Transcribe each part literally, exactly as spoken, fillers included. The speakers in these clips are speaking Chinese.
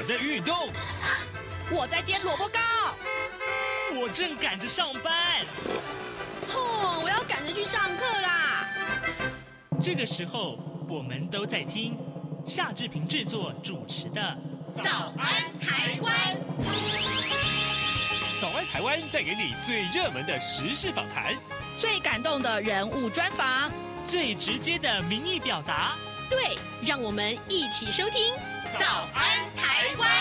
在运动， 我在煎萝卜糕， 我正赶着上班。 哦，我要赶着去上课啦。 这个时候，我们都在听夏志平制作主持的《 早安台湾》。 早安台湾带给你最热门的时事访谈， 最感动的人物专访， 最直接的民意表达。 对，让我们一起收听《早安台湾》。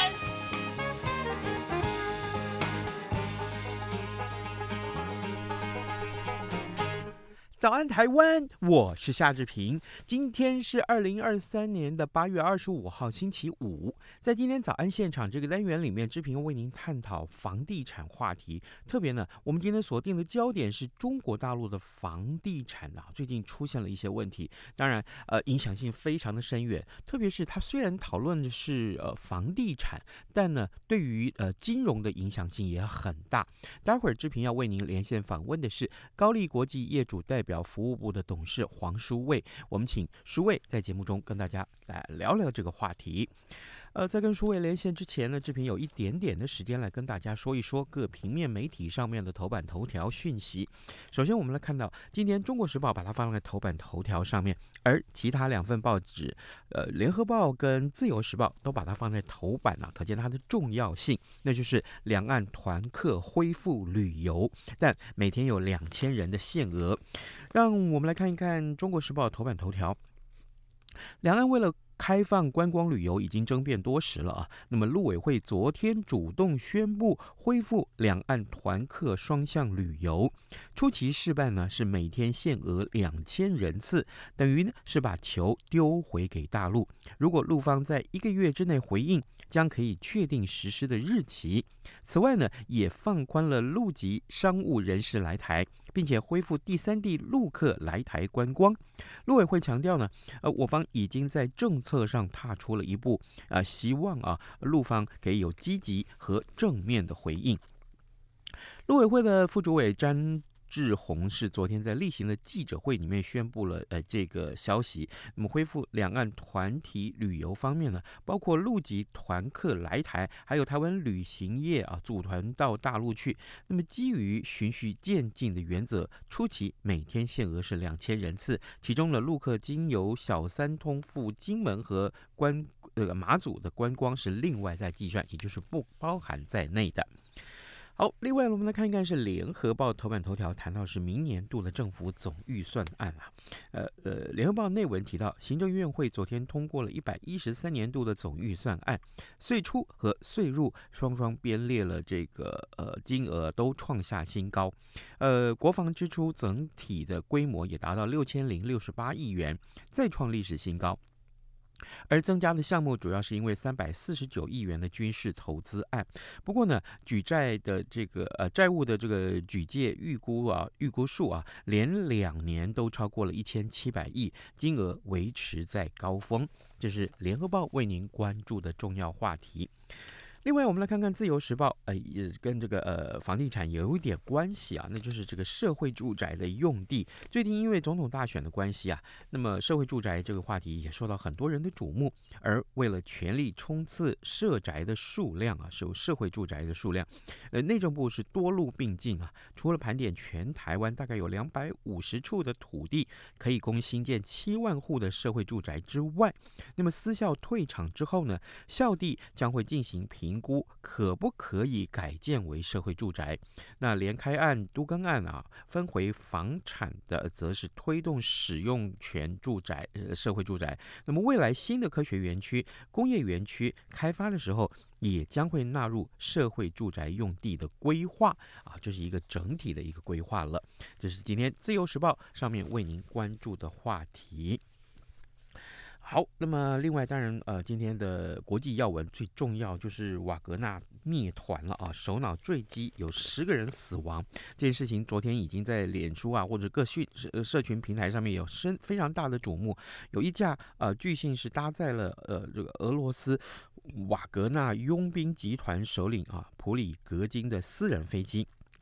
早安台湾，我是夏志平。今天是二零二三年的八月二十五号，星期五。在今天早安现场这个单元里面，志平为您探讨房地产话题。特别呢，我们今天锁定的焦点是中国大陆的房地产啊，最近出现了一些问题，当然呃影响性非常的深远。特别是它虽然讨论的是呃房地产，但呢对于呃金融的影响性也很大。待会儿志平要为您连线访问的是高力国际业主代表服务部的董事黄书卫，我们请书卫在节目中跟大家来聊聊这个话题。呃，在跟书卫连线之前呢，志平有一点点的时间来跟大家说一说各平面媒体上面的头版头条讯息。首先，我们来看到今天《中国时报》把它放在头版头条上面，而其他两份报纸，呃，《联合报》跟《自由时报》都把它放在头版啊，可见它的重要性。那就是两岸团客恢复旅游，但每天有两千人的限额。让我们来看一看《中国时报》头版头条。两岸为了开放观光旅游已经争辩多时了啊。那么陆委会昨天主动宣布恢复两岸团客双向旅游，初期试办呢是每天限额两千人次，等于呢是把球丢回给大陆。如果陆方在一个月之内回应，将可以确定实施的日期。此外呢，也放宽了陆籍商务人士来台，并且恢复第三地陆客来台观光。陆委会强调呢，呃，我方已经在政策上踏出了一步，啊、呃，希望啊陆方可以有积极和正面的回应。陆委会的副主委詹志宏是昨天在例行的记者会里面宣布了呃这个消息。那么恢复两岸团体旅游方面呢，包括陆籍团客来台，还有台湾旅行业啊组团到大陆去。那么基于循序渐进的原则，初期每天限额是两千人次，其中的陆客经由小三通赴金门和关呃马祖的观光是另外在计算，也就是不包含在内的。好，另外我们来看一看是联合报头版头条，谈到是明年度的政府总预算案啊。呃呃，联合报内文提到，行政院会昨天通过了一百一十三年度的总预算案，税出和税入双双编列了这个呃金额都创下新高，呃，国防支出整体的规模也达到六千零六十八亿元，再创历史新高。而增加的项目主要是因为三百四十九亿元的军事投资案。不过呢，举债的这个呃债务的这个举借预估啊预估数啊，连两年都超过了一千七百亿，金额维持在高峰。这是联合报为您关注的重要话题。另外，我们来看看《自由时报》，呃，也跟这个呃房地产有一点关系啊，那就是这个社会住宅的用地。最近因为总统大选的关系啊，那么社会住宅这个话题也受到很多人的瞩目。而为了全力冲刺社宅的数量啊，是社会住宅的数量，呃，内政部是多路并进啊，除了盘点全台湾大概有两百五十处的土地可以供新建七万户的社会住宅之外，那么私校退场之后呢，校地将会进行评。评估可不可以改建为社会住宅。那连开案、都更案啊，分回房产的则是推动使用权住宅、呃、社会住宅。那么未来新的科学园区、工业园区开发的时候，也将会纳入社会住宅用地的规划啊，这是一个整体的一个规划了。这是今天自由时报上面为您关注的话题。好，那么另外当然呃，今天的国际要闻最重要就是瓦格纳灭团了啊，首脑坠机有十个人死亡，这件事情昨天已经在脸书啊或者各讯社群平台上面有深非常大的瞩目。有一架呃据信是搭载了呃这个俄罗斯瓦格纳佣兵集团首领啊普里格金的私人飞机，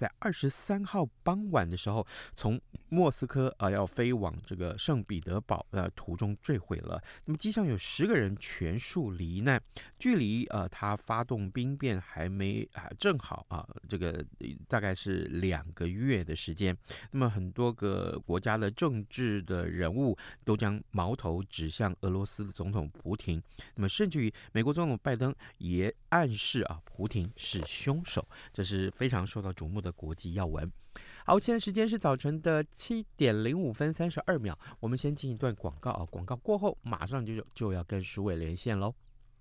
在二十三号傍晚的时候，从莫斯科啊、呃、要飞往这个圣彼得堡的途中坠毁了。那么机上有十个人全数罹难，距离呃他发动兵变还没啊正好啊这个大概是两个月的时间。那么很多个国家的政治的人物都将矛头指向俄罗斯的总统普亭。那么甚至于美国总统拜登也暗示啊普亭是凶手，这是非常受到瞩目的国际要闻。好，现在时间是早晨的七点零五分三十二秒，我们先进一段广告啊，广告过后马上就就要跟舒伟连线喽。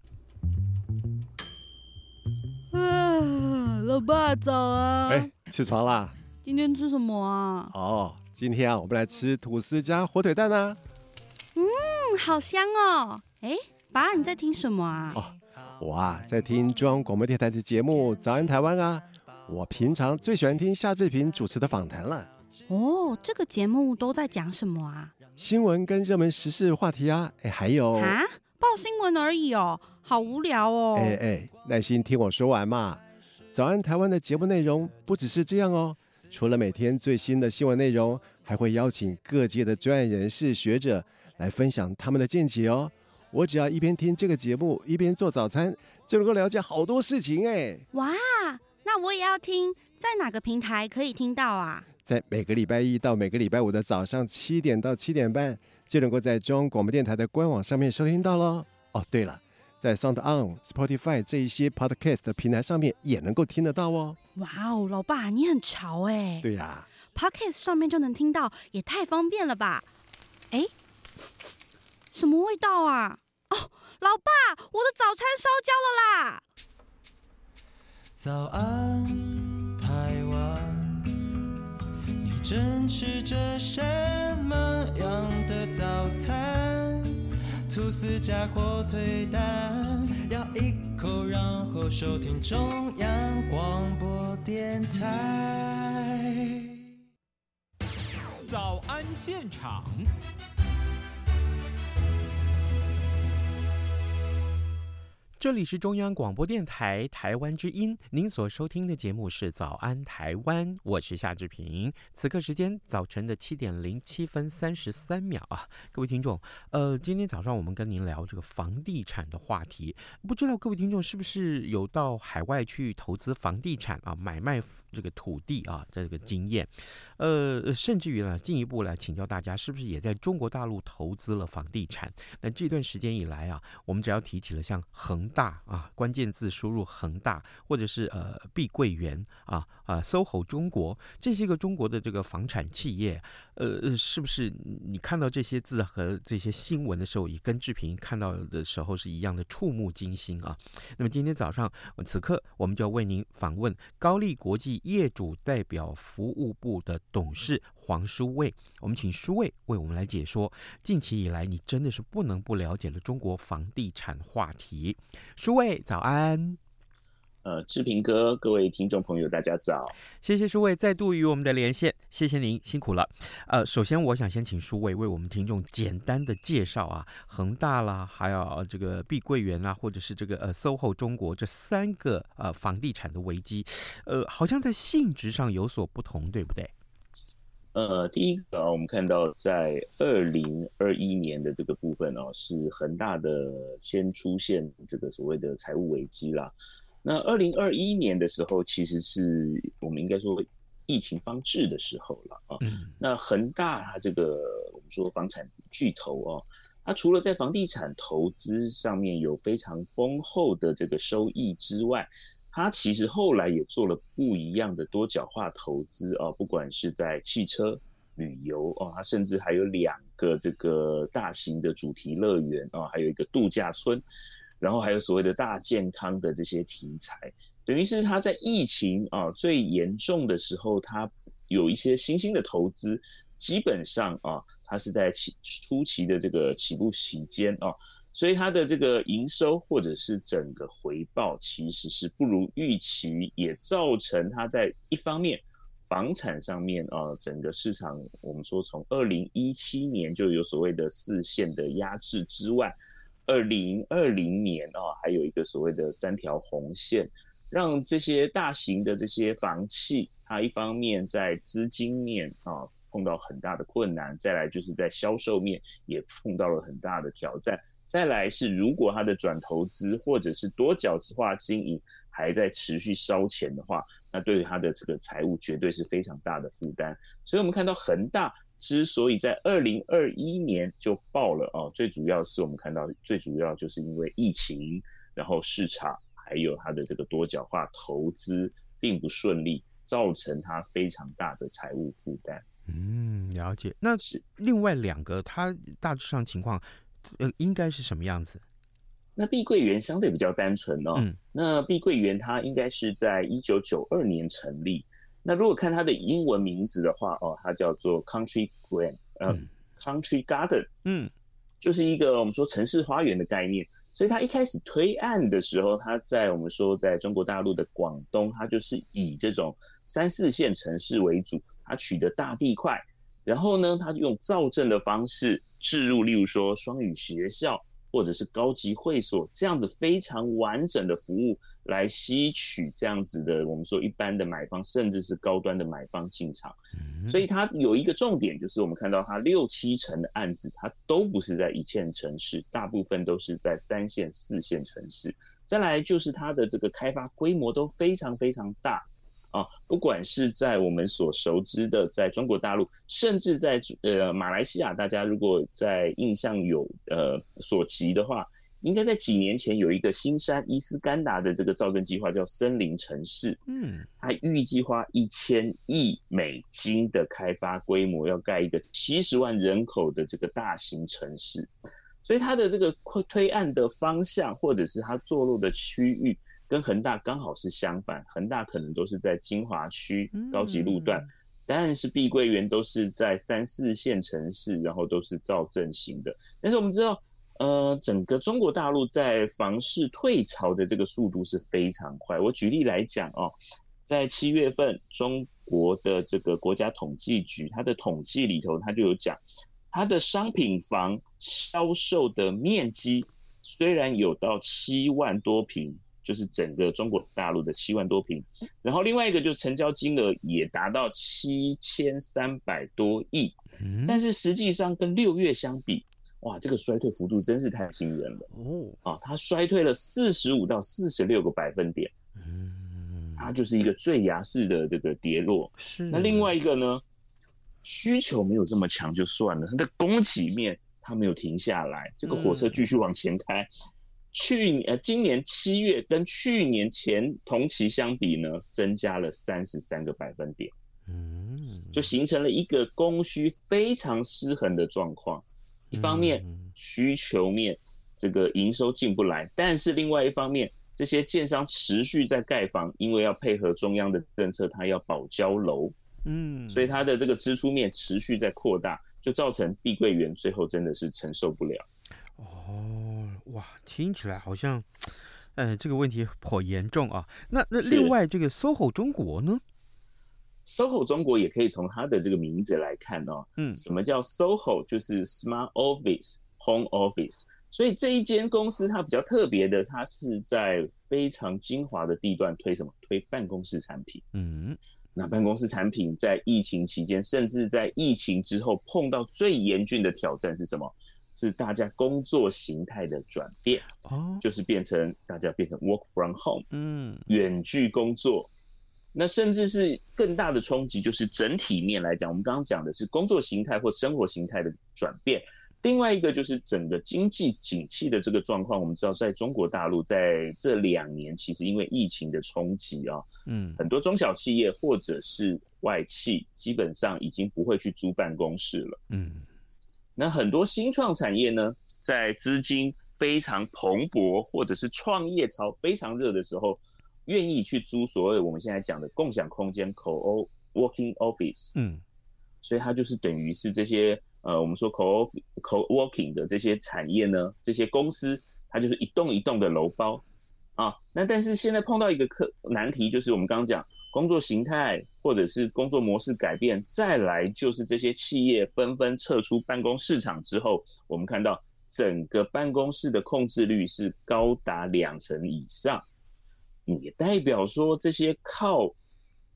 啊，老爸早啊！ 哎，起床啦！ 今天吃什么啊？ 哦，今天啊，我们来吃吐司加火腿蛋啊。 嗯，好香哦！哎，爸，你在听什么啊？ 哦，我啊在听中央广播电台的节目《早安台湾》啊。我平常最喜欢听夏志平主持的访谈了。 哦，这个节目都在讲什么啊？ 新闻跟热门时事话题啊，哎，还有啊，报新闻而已哦，好无聊哦。 哎哎，耐心听我说完嘛。早安台湾的节目内容不只是这样哦，除了每天最新的新闻内容，还会邀请各界的专业人士、学者来分享他们的见解哦。我只要一边听这个节目，一边做早餐，就能够了解好多事情哎。 哇，那我也要听，在哪个平台可以听到啊？ 在每个礼拜一到每个礼拜五的早上七点到七点半，就能够在中央广播电台的官网上面收听到咯。哦，对了，在 SoundOn、Spotify 这一些 Podcast 的平台上面也能够听得到哦。 哇哦，老爸你很潮哎。 对呀、啊、 ，Podcast 上面就能听到，也太方便了吧？哎，什么味道啊？哦，老爸，我的早餐烧焦了啦！ 早安，台湾，你正吃着什么样的早餐？吐司加火腿蛋，咬一口，然后收听中央广播电台。 早安现场。这里是中央广播电台台湾之音，您所收听的节目是早安台湾，我是夏志平。此刻时间早晨的七点零七分三十三秒啊，各位听众，呃，今天早上我们跟您聊这个房地产的话题，不知道各位听众是不是有到海外去投资房地产啊，买卖这个土地啊这个经验，呃，甚至于呢进一步来请教大家，是不是也在中国大陆投资了房地产？那这段时间以来啊，我们只要提起了像恒大啊，关键字输入恒大，或者是呃碧桂园啊啊 S O H O 中国，这些个中国的这个房产企业，呃，是不是你看到这些字和这些新闻的时候，也跟志平看到的时候是一样的触目惊心啊？那么今天早上此刻，我们就要为您访问高力国际业主代表服务部的董事黄书卫，我们请书卫为我们来解说近期以来你真的是不能不了解的中国房地产话题。书卫早安。 呃，志平哥，各位听众朋友，大家早！ 谢谢书卫再度与我们的连线，谢谢您，辛苦了。呃，首先我想先请书卫为我们听众简单的介绍啊，恒大啦，还有这个碧桂园啦，或者是这个呃 S O H O 中国这三个呃房地产的危机，呃，好像在性质上有所不同，对不对？ 呃，第一个啊，我们看到在二零二一年的这个部分哦，是恒大的先出现这个所谓的财务危机啦。那二零二一年的时候，其实是我们应该说疫情方治的时候了啊。嗯、那恒大它这个我们说房产巨头哦，它除了在房地产投资上面有非常丰厚的这个收益之外，它其实后来也做了不一样的多角化投资哦，不管是在汽车、旅游哦，它甚至还有两个这个大型的主题乐园哦，还有一个度假村。然后还有所谓的大健康的这些题材，等于是他在疫情啊最严重的时候，他有一些新兴的投资，基本上啊，他是在起初期的这个起步期间啊，所以他的这个营收或者是整个回报其实是不如预期，也造成他在一方面房产上面啊，整个市场我们说从二零一七年就有所谓的四线的压制之外。二零二零年啊，还有一个所谓的三条红线，让这些大型的这些房企它一方面在资金面啊碰到很大的困难，再来就是在销售面也碰到了很大的挑战，再来是如果它的转投资或者是多角化经营还在持续烧钱的话，那对于它的这个财务绝对是非常大的负担。所以我们看到恒大之所以在二零二一年就爆了哦，最主要是我们看到最主要就是因为疫情，然后市场还有它的这个多角化投资并不顺利，造成它非常大的财务负担。 嗯，了解。那是另外两个，它大致上情况，呃，应该是什么样子？ 那碧桂园相对比较单纯哦。 嗯， 那碧桂园它应该是在一九九二年成立。那如果看它的英文名字的话，哦，它叫做 Country Garden， 呃、嗯、，Country Garden， 嗯， 就是一个我们说城市花园的概念。所以它一开始推案的时候，它在我们说在中国大陆的广东，它就是以这种三四线城市为主，它取得大地块，然后呢，它用造镇的方式置入，例如说双语学校或者是高级会所这样子非常完整的服务，来吸取这样子的我们说一般的买方，甚至是高端的买方进场。所以它有一个重点，就是我们看到它六七成的案子，它都不是在一线城市，大部分都是在三线、四线城市。再来就是它的这个开发规模都非常非常大。啊，不管是在我们所熟知的，在中国大陆，甚至在呃马来西亚，大家如果在印象有呃所及的话，应该在几年前有一个新山伊斯干达的这个造镇计划，叫森林城市。嗯，它预计花一千亿美金的开发规模，要盖一个七十万人口的这个大型城市。所以它的这个推案的方向，或者是它坐落的区域，跟恒大刚好是相反。恒大可能都是在精华区高级路段，但是碧桂园都是在三四线城市，然后都是造镇型的。但是我们知道，呃，整个中国大陆在房市退潮的这个速度是非常快。我举例来讲哦，在七月份，中国的这个国家统计局它的统计里头，它就有讲，它的商品房销售的面积虽然有到七万多坪，就是整个中国大陆的七万多坪，然后另外一个就成交金额也达到七千三百多亿，但是实际上跟六月相比，哇，这个衰退幅度真是太惊人了哦！啊，它衰退了四十五到四十六个百分点，嗯，它就是一个坠崖式的这个跌落。是，那另外一个呢，需求没有这么强就算了，它的供给面它没有停下来，这个火车继续往前开。嗯，去呃，今年七月跟去年前同期相比呢，增加了三十三个百分点，嗯，就形成了一个供需非常失衡的状况。一方面需求面这个营收进不来，但是另外一方面，这些建商持续在盖房，因为要配合中央的政策，它要保交楼，嗯，所以它的这个支出面持续在扩大，就造成碧桂园最后真的是承受不了。 哦，哇，听起来好像，呃，这个问题颇严重啊。那那另外这个 S O H O 中国呢 ？S O H O 中国也可以从它的这个名字来看哦。嗯，什么叫 S O H O？ 就是 Smart Office、Home Office。所以这一间公司它比较特别的，它是在非常精华的地段推什么？推办公室产品。嗯，那办公室产品在疫情期间，甚至在疫情之后碰到最严峻的挑战是什么？是大家工作形态的转变，哦，就是变成大家变成 work from home， 嗯，远距工作。那甚至是更大的冲击，就是整体面来讲，我们刚刚讲的是工作形态或生活形态的转变。另外一个就是整个经济景气的这个状况，我们知道在中国大陆在这两年，其实因为疫情的冲击啊，嗯，很多中小企业或者是外企，基本上已经不会去租办公室了，嗯。那很多新创产业呢，在资金非常蓬勃或者是创业潮非常热的时候，愿意去租所谓我们现在讲的共享空间 co-working office， 嗯，所以它就是等于是这些呃我们说 co-working 的这些产业呢，这些公司它就是一栋一栋的楼包啊。那但是现在碰到一个课难题，就是我们刚刚讲工作形态或者是工作模式改变，再来就是这些企业纷纷撤出办公市场之后，我们看到整个办公室的控制率是高达两成以上，也代表说这些靠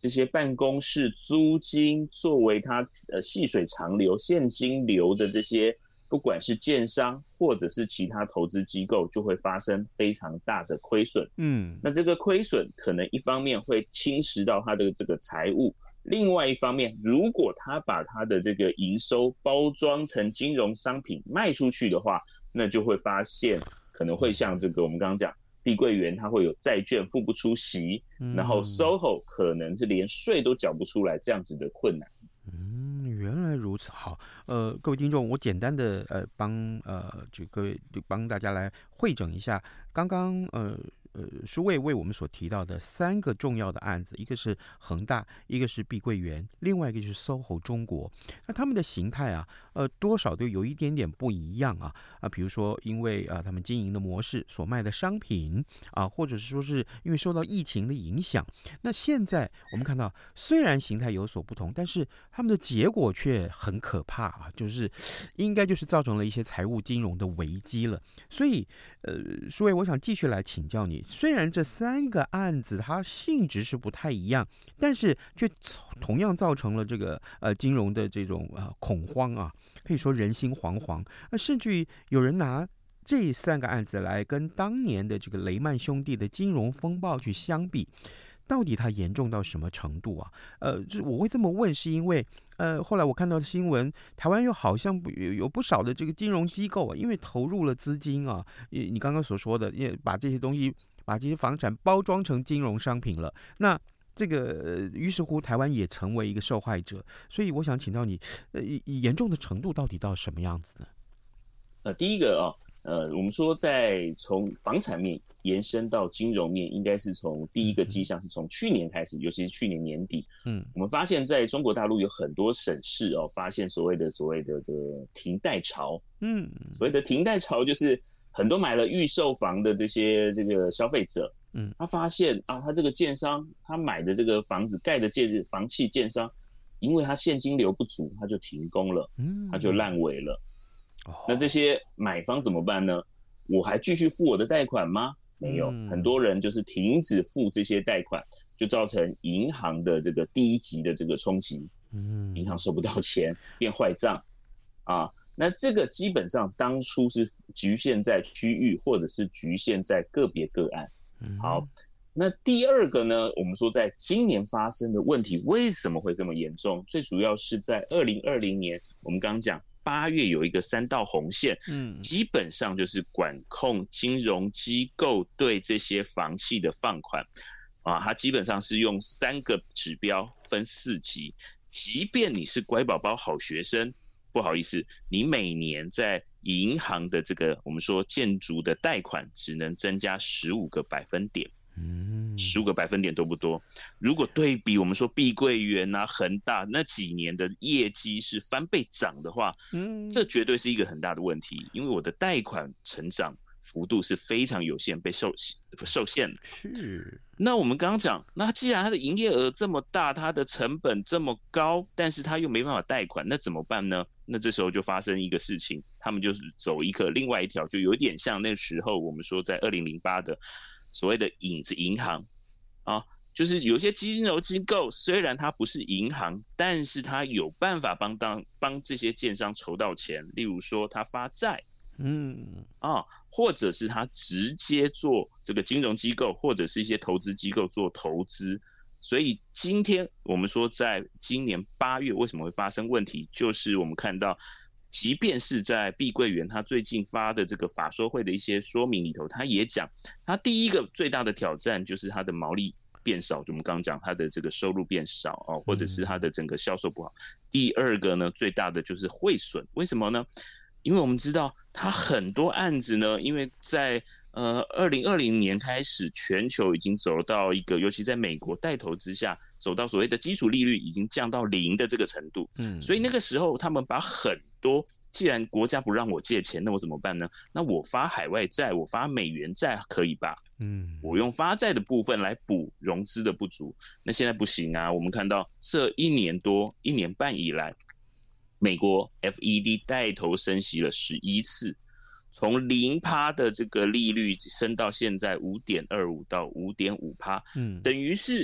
这些办公室租金作为它呃细水长流现金流的这些，不管是建商或者是其他投资机构，就会发生非常大的亏损。嗯，那这个亏损可能一方面会侵蚀到它的这个财务，另外一方面，如果他把他的这个营收包装成金融商品卖出去的话，那就会发现可能会像这个我们刚刚讲，碧桂园它会有债券付不出息，嗯、然后 S O H O 可能是连税都缴不出来这样子的困难。 嗯，原来如此。好，呃，各位听众，我简单的呃帮呃就各位帮大家来汇整一下，刚刚呃。呃，书卫为我们所提到的三个重要的案子，一个是恒大，一个是碧桂园，另外一个就是 S O H O 中国。那他们的形态啊，呃，多少都有一点点不一样啊啊，比如说因为啊他们经营的模式所卖的商品啊，或者是说是因为受到疫情的影响。那现在我们看到，虽然形态有所不同，但是他们的结果却很可怕啊，就是应该就是造成了一些财务金融的危机了。所以，呃，书卫，我想继续来请教你。虽然这三个案子它性质是不太一样，但是却同样造成了这个呃金融的这种呃恐慌啊，可以说人心惶惶。呃，甚至于有人拿这三个案子来跟当年的这个雷曼兄弟的金融风暴去相比，到底它严重到什么程度啊？呃，我会这么问，是因为呃，后来我看到的新闻，台湾又好像有不少的这个金融机构啊，因为投入了资金啊，你刚刚所说的，也把这些东西。把这些房产包装成金融商品了，那这个于是乎台湾也成为一个受害者，所以我想请教你，呃，严重的程度到底到什么样子呢？ 呃，第一个啊、哦，呃，我们说在从房产面延伸到金融面，应该是从第一个迹象是从去年开始，尤其是去年年底，嗯，我们发现在中国大陆有很多省市哦，发现所谓的所谓的这个停贷潮，嗯，所谓的停贷潮就是。很多买了预售房的这些这个消费者，嗯，他发现啊，他这个建商他买的这个房子盖的建房企建商，因为他现金流不足，他就停工了，嗯，他就烂尾了。哦，那这些买方怎么办呢？我还继续付我的贷款吗？没有，嗯、很多人就是停止付这些贷款，就造成银行的这个第一级的这个冲击，嗯，银行收不到钱，变坏账，啊。那这个基本上当初是局限在区域，或者是局限在个别个案。好，那第二个呢，我们说在今年发生的问题为什么会这么严重？最主要是在二零二零年，我们刚刚讲八月有一个三道红线，嗯，基本上就是管控金融机构对这些房企的放款啊，它基本上是用三个指标分四级，即便你是乖宝宝、好学生。不好意思，你每年在银行的这个我们说建筑的贷款只能增加十五个百分点，嗯，十五个百分点多不多？如果对比我们说碧桂园啊、恒大那几年的业绩是翻倍涨的话，嗯，这绝对是一个很大的问题，因为我的贷款成长幅度是非常有限，被受受限的。是。那我们刚刚讲，那既然它的营业额这么大，它的成本这么高，但是它又没办法贷款，那怎么办呢？那这时候就发生一个事情，他们就是走一个另外一条，就有点像那时候我们说在二零零八的所谓的影子银行啊，就是有些金融机构虽然它不是银行，但是它有办法帮当帮这些建商筹到钱，例如说它发债。嗯啊，或者是他直接做这个金融机构或者是一些投资机构做投资，所以今天我们说在今年八月为什么会发生问题，就是我们看到即便是在碧桂园他最近发的这个法说会的一些说明里头，他也讲他第一个最大的挑战就是他的毛利变少，就我们刚刚讲他的这个收入变少哦，或者是他的整个销售不好。第二个呢，最大的就是汇损，为什么呢？因为我们知道它很多案子呢，因为在呃二零二零年开始，全球已经走到一个，尤其在美国带头之下，走到所谓的基础利率已经降到零的这个程度。嗯，所以那个时候他们把很多，既然国家不让我借钱，那我怎么办呢？那我发海外债，我发美元债可以吧？嗯，我用发债的部分来补融资的不足。那现在不行啊，我们看到这一年多、一年半以来。美国 F E D 带头升息了十一次，从零趴的这个利率升到现在 五点二五 到 五点五趴，嗯，等于是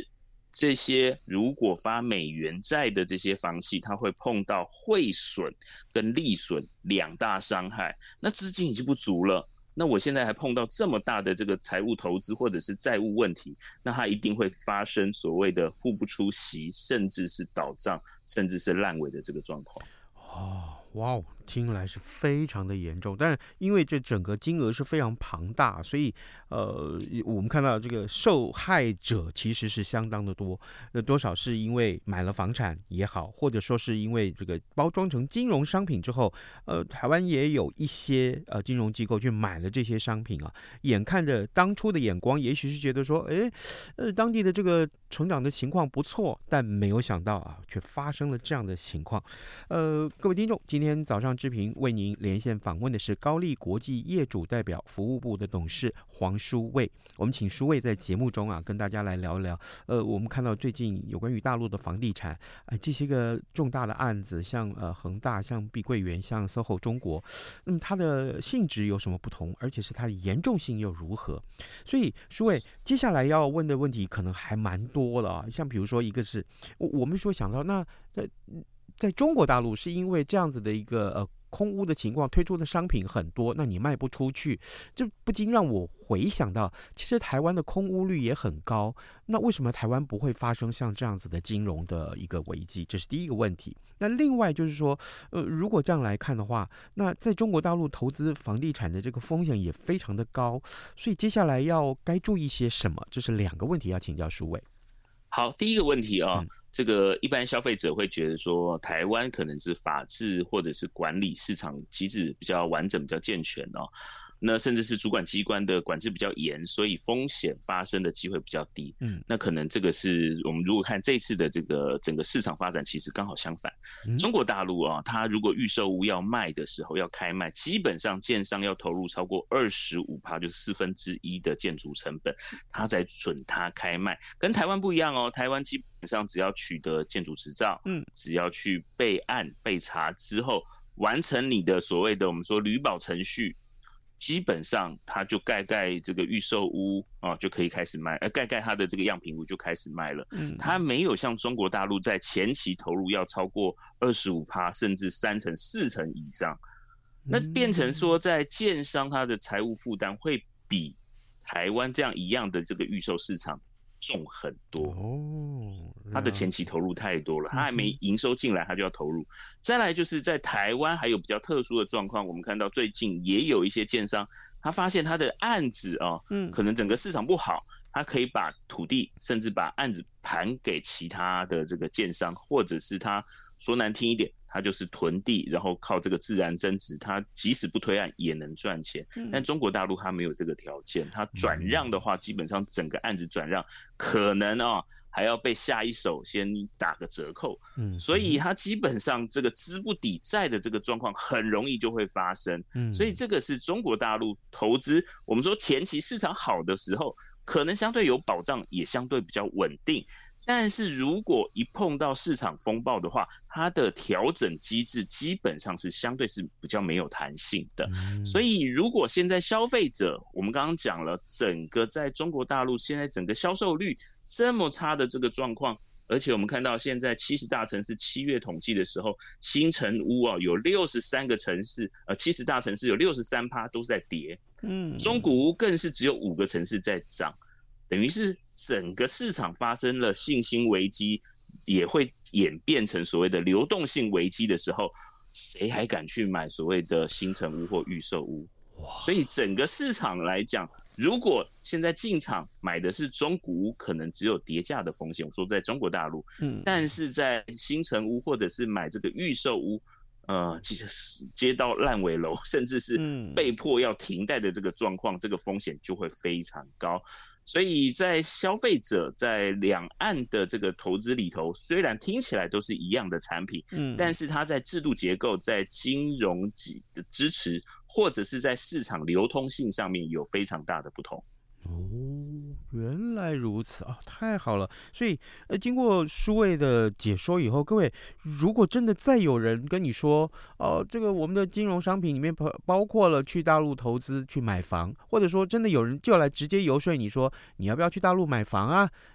这些如果发美元债的这些房企，它会碰到汇损跟利损两大伤害，那资金已经不足了。那我现在还碰到这么大的这个财务投资或者是债务问题，那它一定会发生所谓的付不出息，甚至是倒账，甚至是烂尾的这个状况。 哦，哇哦，听来是非常的严重，但因为这整个金额是非常庞大，所以呃，我们看到这个受害者其实是相当的多，呃，多少是因为买了房产也好，或者说是因为这个包装成金融商品之后，呃，台湾也有一些呃金融机构去买了这些商品啊，眼看着当初的眼光，也许是觉得说，哎，呃，当地的这个成长的情况不错，但没有想到啊，却发生了这样的情况，呃。各位听众，今天早上志平为您连线访问的是高力国际业主代表服务部的董事黄书卫。我们请书卫在节目中啊，跟大家来聊一聊。呃，我们看到最近有关于大陆的房地产，呃，这些个重大的案子，像呃恒大、像碧桂园、像 S O H O 中国，那么它的性质有什么不同，而且是它的严重性又如何？所以书卫接下来要问的问题可能还蛮多了啊，像比如说一个是，我我们说想到那在。在中国大陆是因为这样子的一个呃空屋的情况，推出的商品很多，那你卖不出去，这不禁让我回想到，其实台湾的空屋率也很高，那为什么台湾不会发生像这样子的金融的一个危机？这是第一个问题。那另外就是说，呃，如果这样来看的话，那在中国大陆投资房地产的这个风险也非常的高，所以接下来要该注意些什么？这是两个问题要请教书卫。 好，第一个问题啊、哦嗯， 这个一般消费者会觉得说，台湾可能是法治或者是管理市场机制比较完整、比较健全哦。那甚至是主管机关的管制比较严，所以风险发生的机会比较低。嗯，那可能这个是我们如果看这次的这个整个市场发展，其实刚好相反。嗯、中国大陆啊，它如果预售屋要卖的时候要开卖，基本上建商要投入超过二十五趴，就是四分之一的建筑成本，它才准它开卖。跟台湾不一样哦，台湾基本上只要取得建筑执照，嗯，只要去备案备查之后，完成你的所谓的我们说履保程序。基本上，他就盖盖这个预售屋啊，就可以开始卖，呃，盖盖他的这个样品屋就开始卖了。嗯，他没有像中国大陆在前期投入要超过二十五趴，甚至三成、四成以上，那变成说，在建商他的财务负担会比台湾这样一样的这个预售市场重很多哦，他的前期投入太多了，他还没营收进来，他就要投入。再来就是在台湾还有比较特殊的状况，我们看到最近也有一些建商，他发现他的案子啊，嗯，可能整个市场不好，他可以把土地甚至把案子盘给其他的这个建商，或者是他说难听一点，他就是囤地，然后靠这个自然增值，他即使不推案也能赚钱。但中国大陆他没有这个条件，他转让的话，基本上整个案子转让可能啊还要被下一手先打个折扣。嗯，所以他基本上这个资不抵债的这个状况很容易就会发生。嗯，所以这个是中国大陆投资，我们说前期市场好的时候，可能相对有保障，也相对比较稳定。但是如果一碰到市场风暴的话，它的调整机制基本上是相对是比较没有弹性的。嗯、所以如果现在消费者，我们刚刚讲了，整个在中国大陆现在整个销售率这么差的这个状况，而且我们看到现在七十大城市七月统计的时候，新成屋啊有六十三个城市，呃七十大城市有 百分之六十三 都在跌，嗯，中古屋更是只有五个城市在涨。等于是整个市场发生了信心危机，也会演变成所谓的流动性危机的时候，谁还敢去买所谓的新成屋或预售屋？所以整个市场来讲，如果现在进场买的是中古屋，可能只有跌价的风险。我说在中国大陆，嗯，但是在新成屋或者是买这个预售屋，呃，接到烂尾楼，甚至是被迫要停贷的这个状况，这个风险就会非常高。所以在消费者在两岸的这个投资里头，虽然听起来都是一样的产品，嗯，但是它在制度结构、在金融的支持，或者是在市场流通性上面有非常大的不同。 哦，原来如此啊，太好了！所以，呃，经过书卫的解说以后，各位，如果真的再有人跟你说，哦、呃，这个我们的金融商品里面包括了去大陆投资去买房，或者说真的有人就来直接游说你说，你要不要去大陆买房啊？哎。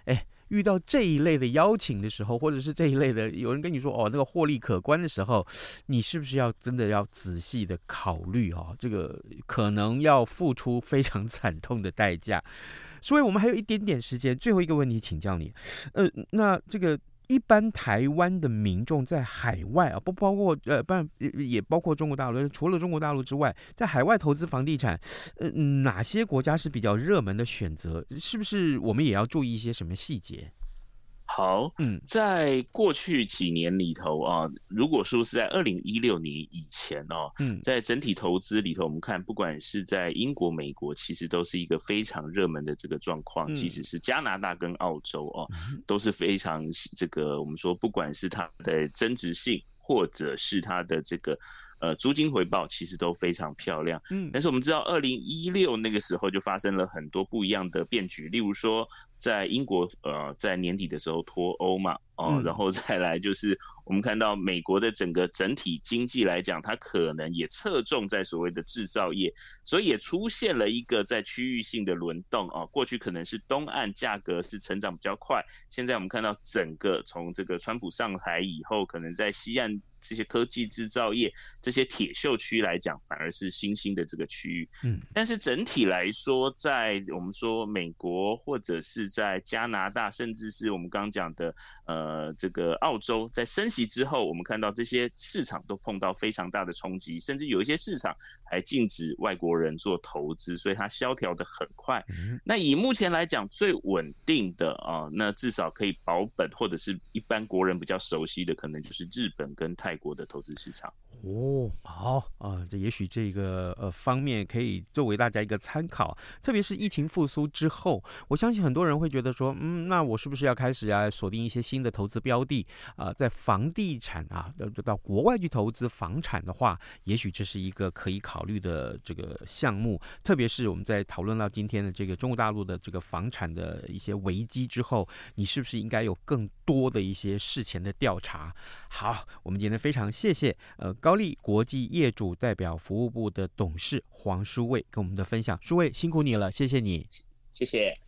遇到这一类的邀请的时候，或者是这一类的有人跟你说哦那个获利可观的时候，你是不是要真的要仔细的考虑哦？这个可能要付出非常惨痛的代价。所以我们还有一点点时间，最后一个问题请教你，呃，那这个一般台湾的民众在海外啊，不包括呃，不然也包括中国大陆，除了中国大陆之外，在海外投资房地产，呃，哪些国家是比较热门的选择？是不是我们也要注意一些什么细节？ 好，嗯，在过去几年里头啊，如果说是在二零一六年以前哦，嗯，在整体投资里头，我们看不管是在英国、美国，其实都是一个非常热门的这个状况，即使是加拿大跟澳洲哦，都是非常这个我们说，不管是它的增值性，或者是它的这个呃租金回报，其实都非常漂亮。嗯，但是我们知道，二零一六那个时候就发生了很多不一样的变局，例如说，在英国呃在年底的时候脱欧嘛，哦、呃，然后再来就是我们看到美国的整个整体经济来讲，它可能也侧重在所谓的制造业，所以也出现了一个在区域性的轮动啊、呃。过去可能是东岸价格是成长比较快，现在我们看到整个从这个川普上台以后，可能在西岸这些科技制造业这些铁锈区来讲，反而是新兴的这个区域。嗯，但是整体来说，在我们说美国或者是在加拿大，甚至是我们刚刚讲的呃这个澳洲，在升息之后，我们看到这些市场都碰到非常大的冲击，甚至有一些市场还禁止外国人做投资，所以它萧条的很快。嗯、那以目前来讲最稳定的啊、呃，那至少可以保本，或者是一般国人比较熟悉的，可能就是日本跟泰国的投资市场。 哦，好啊、呃，这也许这个呃方面可以作为大家一个参考，特别是疫情复苏之后，我相信很多人会觉得说，嗯，那我是不是要开始啊锁定一些新的投资标的啊、呃，在房地产啊，到国外去投资房产的话，也许这是一个可以考虑的这个项目，特别是我们在讨论到今天的这个中国大陆的这个房产的一些危机之后，你是不是应该有更多的一些事前的调查？好，我们今天非常谢谢呃高力国际业主代表服务部的董事黄书卫跟我们的分享，书卫辛苦你了，谢谢你， 谢谢。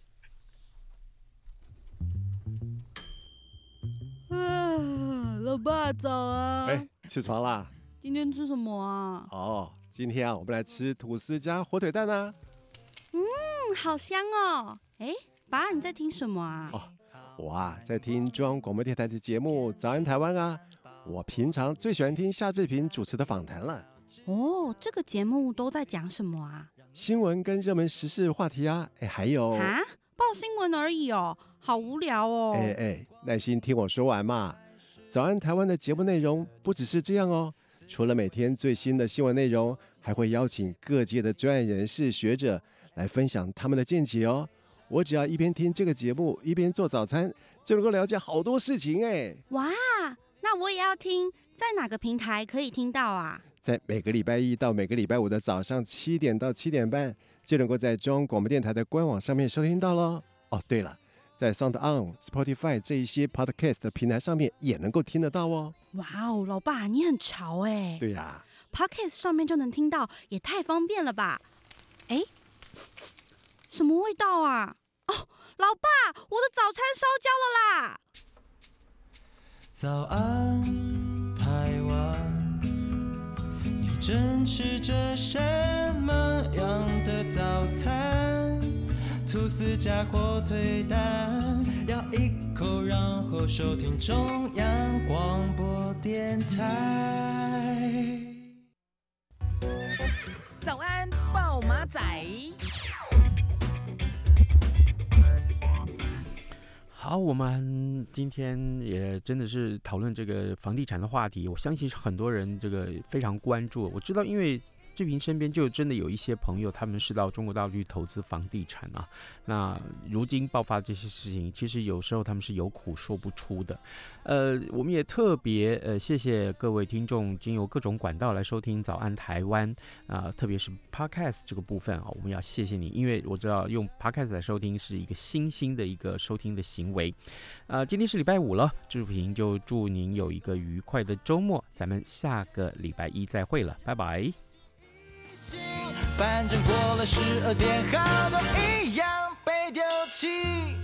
啊，老爸早啊！ 哎，起床啦？ 今天吃什么啊？ 哦，今天啊，我们来吃吐司加火腿蛋啊。 嗯，好香哦！哎，爸，你在听什么啊？ 哦，我啊在听中央广播电台的节目《早安台湾》啊。我平常最喜欢听夏志平主持的访谈了。 哦，这个节目都在讲什么啊？ 新闻跟热门时事话题啊，哎，还有啊，报新闻而已哦，好无聊哦。 哎哎，耐心听我说完嘛。早安台湾的节目内容不只是这样哦，除了每天最新的新闻内容，还会邀请各界的专业人士、学者来分享他们的见解哦。我只要一边听这个节目，一边做早餐，就能够了解好多事情哎。 哇！那我也要听，在哪个平台可以听到啊？ 在每个礼拜一到每个礼拜五的早上七点到七点半，就能够在中央广播电台的官网上面收听到咯。哦，对了，在 SoundOn、Spotify 这一些 Podcast 的平台上面也能够听得到哦。 哇哦，老爸你很潮哎！ 对呀、啊、 ，Podcast 上面就能听到，也太方便了吧？哎，什么味道啊？哦，老爸，我的早餐烧焦了啦！ 早安，台湾，你正吃着什么样的早餐？吐司加火腿蛋，咬一口，然后收听中央广播电台。 早安，暴马仔。 好，我们今天也真的是讨论这个房地产的话题，我相信很多人这个非常关注。我知道，因为志平身边就真的有一些朋友，他们是到中国大陆去投资房地产啊。那如今爆发这些事情，其实有时候他们是有苦说不出的。呃，我们也特别呃谢谢各位听众，经由各种管道来收听早安台湾啊、呃，特别是 Podcast 这个部分啊，我们要谢谢你，因为我知道用 Podcast 来收听是一个新兴的一个收听的行为。呃，今天是礼拜五了，志平就祝您有一个愉快的周末，咱们下个礼拜一再会了，拜拜。 反正过了十二点，好多一样被丢弃。